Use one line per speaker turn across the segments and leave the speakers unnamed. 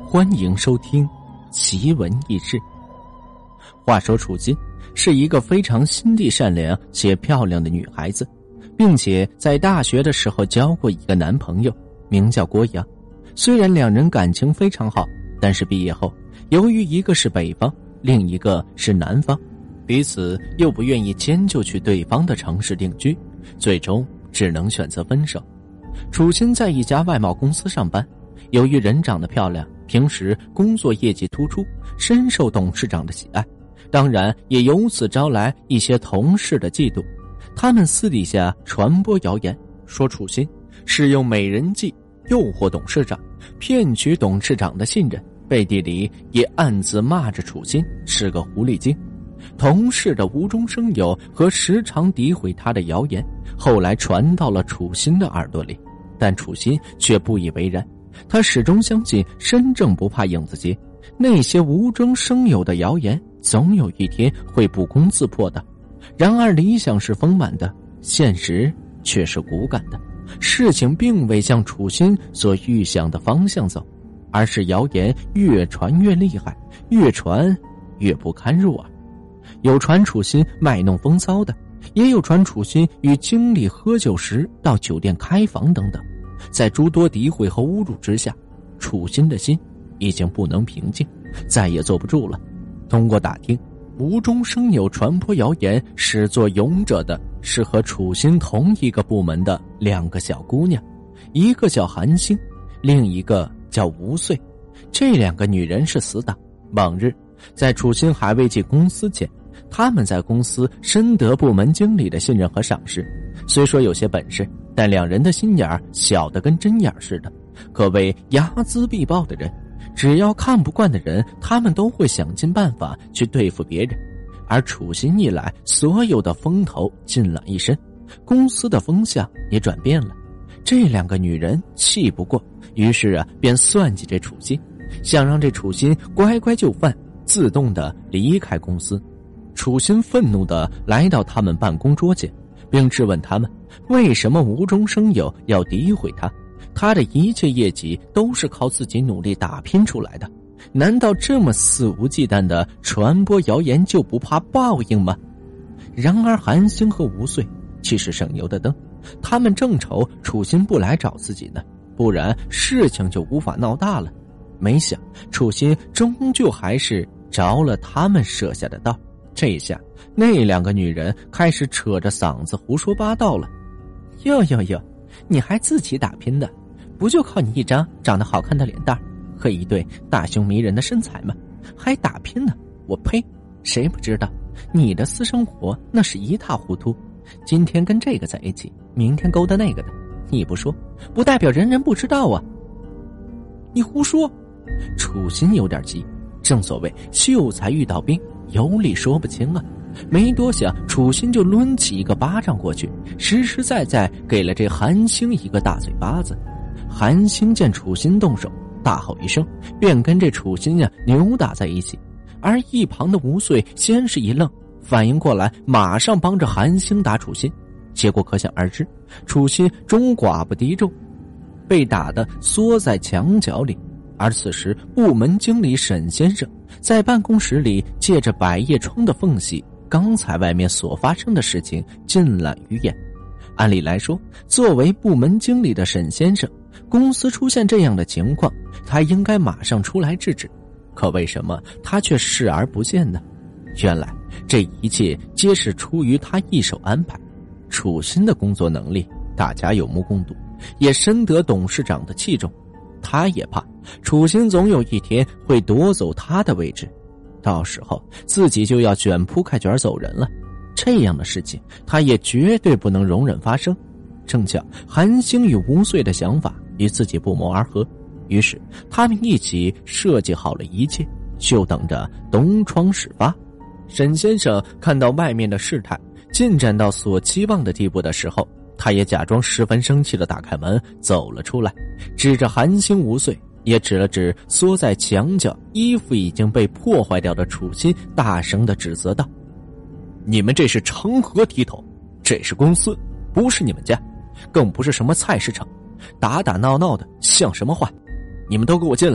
欢迎收听奇闻异事。话说楚金是一个非常心地善良且漂亮的女孩子，并且在大学的时候交过一个男朋友，名叫郭阳。虽然两人感情非常好，但是毕业后由于一个是北方，另一个是南方，彼此又不愿意迁就去对方的城市定居，最终只能选择分手。楚金在一家外贸公司上班，由于人长得漂亮，平时工作业绩突出，深受董事长的喜爱，当然也由此招来一些同事的嫉妒。他们私底下传播谣言，说楚金是用美人计诱惑董事长，骗取董事长的信任，背地里也暗自骂着楚金是个狐狸精。同事的无中生有和时常诋毁他的谣言后来传到了楚金的耳朵里，但楚金却不以为然。他始终相信身正不怕影子斜，那些无中生有的谣言总有一天会不攻自破的。然而理想是丰满的，现实却是骨感的，事情并未向楚金所预想的方向走，而是谣言越传越厉害，越传越不堪入耳。有传楚金卖弄风骚的，也有传楚金与经理喝酒时到酒店开房等等。在诸多诋毁和侮辱之下，楚金的心已经不能平静，再也坐不住了。通过打听，无中生有传播谣言始作俑者的是和楚金同一个部门的两个小姑娘，一个叫韩星，另一个叫吴穗。这两个女人是死党，往日在楚金还未进公司前，他们在公司深得部门经理的信任和赏识。虽说有些本事，但两人的心眼小得跟针眼似的，可谓睚眦必报的人。只要看不惯的人，他们都会想尽办法去对付别人。而楚金一来，所有的风头尽揽一身，公司的风向也转变了。这两个女人气不过，于是便算计这楚金，想让这楚金乖乖就范，自动的离开公司。楚金愤怒的来到他们办公桌前，并质问他们为什么无中生有要诋毁他，他的一切业绩都是靠自己努力打拼出来的，难道这么肆无忌惮的传播谣言就不怕报应吗？然而韩星和吴穗其实省油的灯，他们正愁楚金不来找自己呢，不然事情就无法闹大了。没想楚金终究还是着了他们设下的道。这一下那两个女人开始扯着嗓子胡说八道了。哟，你还自己打拼的，不就靠你一张长得好看的脸蛋和一对大胸迷人的身材吗？还打拼呢？我呸！谁不知道你的私生活那是一塌糊涂，今天跟这个在一起，明天勾搭那个的，你不说不代表人人不知道啊。你胡说！楚金有点急，正所谓秀才遇到兵，有理说不清啊。没多想，楚金就抡起一个巴掌过去，实实在在给了这韩星一个大嘴巴子。韩星见楚金动手，大吼一声，便跟这楚金扭打在一起。而一旁的吴穗先是一愣，反应过来，马上帮着韩星打楚金。结果可想而知，楚金中寡不敌众，被打得缩在墙角里。而此时部门经理沈先生在办公室里借着百叶窗的缝隙，刚才外面所发生的事情尽览于眼。按理来说，作为部门经理的沈先生，公司出现这样的情况，他应该马上出来制止，可为什么他却视而不见呢？原来这一切皆是出于他一手安排。楚金的工作能力大家有目共睹，也深得董事长的器重。他也怕楚金总有一天会夺走他的位置，到时候自己就要卷铺盖卷走人了。这样的事情他也绝对不能容忍发生。正巧韩星与吴穗的想法与自己不谋而合，于是他们一起设计好了一切，就等着东窗事发。沈先生看到外面的事态进展到所期望的地步的时候，他也假装十分生气地打开门走了出来，指着韩星吴穗，也指了指缩在墙角衣服已经被破坏掉的楚金，大声地指责道：你们这是成何体统？这是公司，不是你们家，更不是什么菜市场，打打闹闹的像什么话？你们都给我进来，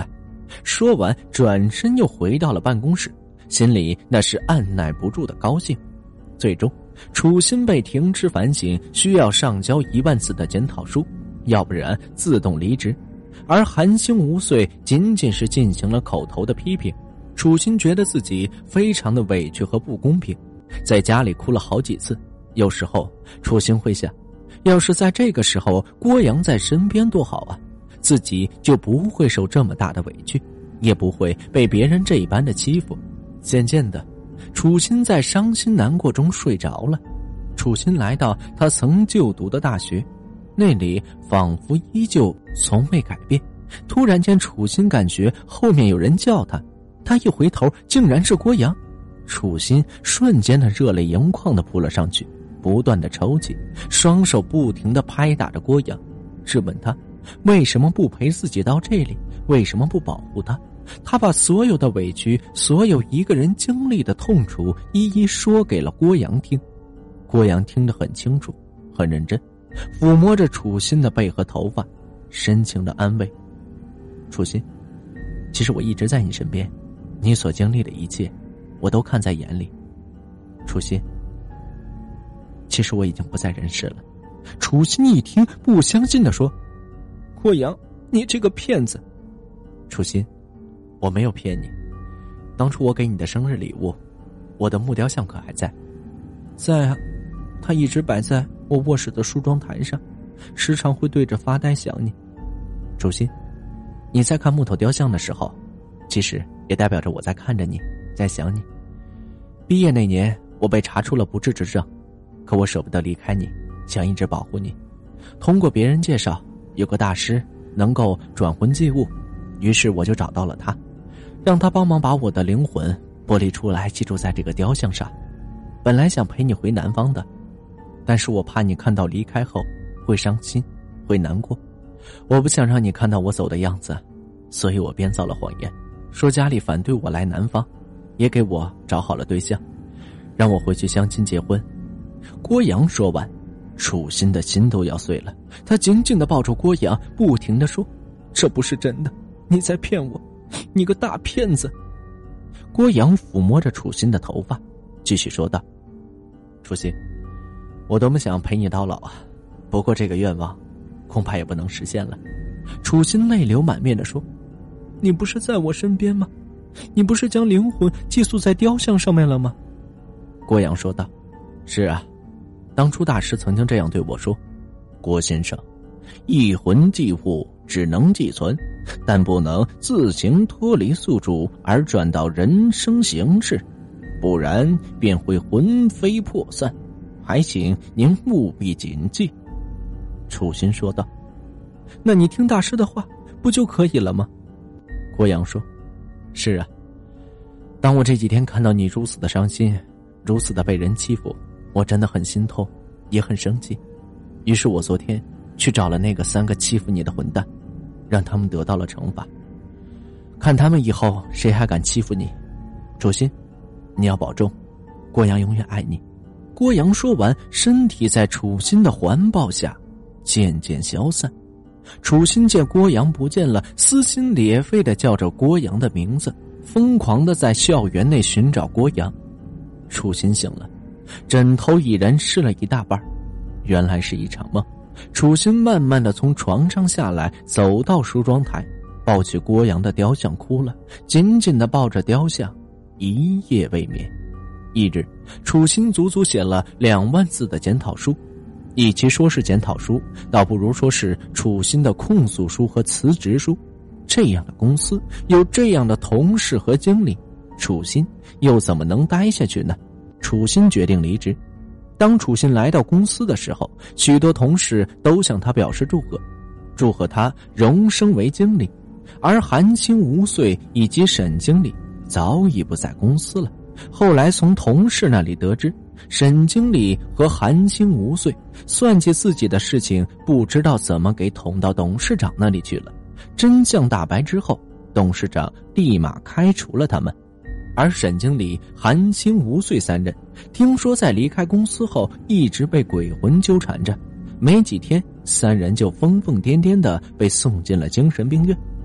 说完转身又回到了办公室，心里那是按耐不住的高兴。最终楚心被停职反省，需要上交1万字的检讨书，要不然自动离职。而韩星无岁仅仅是进行了口头的批评，楚心觉得自己非常的委屈和不公平，在家里哭了好几次。有时候楚心会想，要是在这个时候郭阳在身边多好啊，自己就不会受这么大的委屈，也不会被别人这般的欺负。渐渐的，楚心在伤心难过中睡着了。楚心来到他曾就读的大学，那里仿佛依旧从未改变。突然间楚心感觉后面有人叫他，他一回头竟然是郭阳。楚心瞬间的热泪盈眶的扑了上去，不断的抽泣，双手不停的拍打着郭阳，质问他为什么不陪自己到这里，为什么不保护他。他把所有的委屈，所有一个人经历的痛楚一一说给了郭阳听。郭阳听得很清楚，很认真，抚摸着楚心的背和头发，深情的安慰。楚心，其实我一直在你身边，你所经历的一切我都看在眼里。楚心，其实我已经不在人世了。楚心一听不相信地说，郭阳，你这个骗子。楚心，我没有骗你，当初我给你的生日礼物，我的木雕像可还在？在啊，它一直摆在我卧室的梳妆台上，时常会对着发呆想你。楚心，你在看木头雕像的时候，其实也代表着我在看着你，在想你。毕业那年我被查出了不治之症，可我舍不得离开你，想一直保护你。通过别人介绍，有个大师能够转魂记物，于是我就找到了他，让他帮忙把我的灵魂剥离出来，记住在这个雕像上。本来想陪你回南方的，但是我怕你看到离开后会伤心，会难过，我不想让你看到我走的样子，所以我编造了谎言，说家里反对我来南方，也给我找好了对象，让我回去相亲结婚。郭阳说完，楚心的心都要碎了，他紧紧地抱住郭阳，不停地说，这不是真的，你在骗我，你个大骗子。郭阳抚摸着楚心的头发，继续说道，楚心，我多么想陪你到老啊，不过这个愿望恐怕也不能实现了。楚心泪流满面地说，你不是在我身边吗？你不是将灵魂寄宿在雕像上面了吗？郭阳说道，是啊，当初大师曾经这样对我说，郭先生，一魂寄物只能寄存，但不能自行脱离宿主而转到人生形式，不然便会魂飞魄散，还请您务必谨记。楚心说道，那你听大师的话不就可以了吗？郭阳说，是啊，当我这几天看到你如此的伤心，如此的被人欺负，我真的很心痛，也很生气。于是我昨天去找了那个3个欺负你的混蛋，让他们得到了惩罚，看他们以后谁还敢欺负你。楚心，你要保重，郭阳永远爱你。郭阳说完，身体在楚心的环抱下渐渐消散。楚心见郭阳不见了，撕心裂肺地叫着郭阳的名字，疯狂地在校园内寻找郭阳。楚心醒了，枕头已然湿了一大半，原来是一场梦。楚心慢慢地从床上下来，走到梳妆台，抱起郭阳的雕像哭了，紧紧地抱着雕像，一夜未眠。一日，楚心足足写了2万字的检讨书，与其说是检讨书，倒不如说是楚心的控诉书和辞职书。这样的公司，有这样的同事和经理，楚心又怎么能待下去呢？楚心决定离职。当楚心来到公司的时候，许多同事都向他表示祝贺，祝贺他荣升为经理。而韩青、吴岁以及沈经理早已不在公司了。后来从同事那里得知，沈经理和韩青、吴岁算计自己的事情，不知道怎么给捅到董事长那里去了。真相大白之后，董事长立马开除了他们。而沈经理、韩青、吴岁3人，听说在离开公司后一直被鬼魂纠缠着，没几天3人就疯疯癫癫地被送进了精神病院。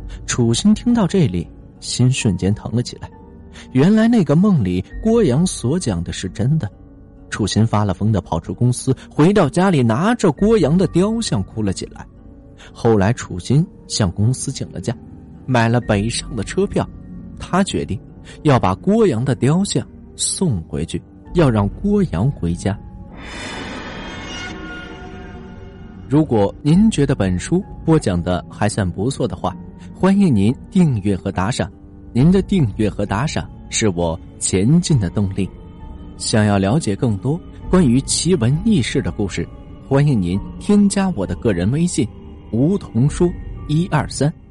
楚心听到这里，心瞬间疼了起来。原来那个梦里郭阳所讲的是真的。楚心发了疯的跑出公司，回到家里拿着郭阳的雕像哭了起来。后来楚心向公司请了假，买了北上的车票。他决定要把郭阳的雕像送回去，要让郭阳回家。如果您觉得本书播讲的还算不错的话，欢迎您订阅和打赏。您的订阅和打赏是我前进的动力。想要了解更多关于奇闻异事的故事，欢迎您添加我的个人微信：梧桐说123。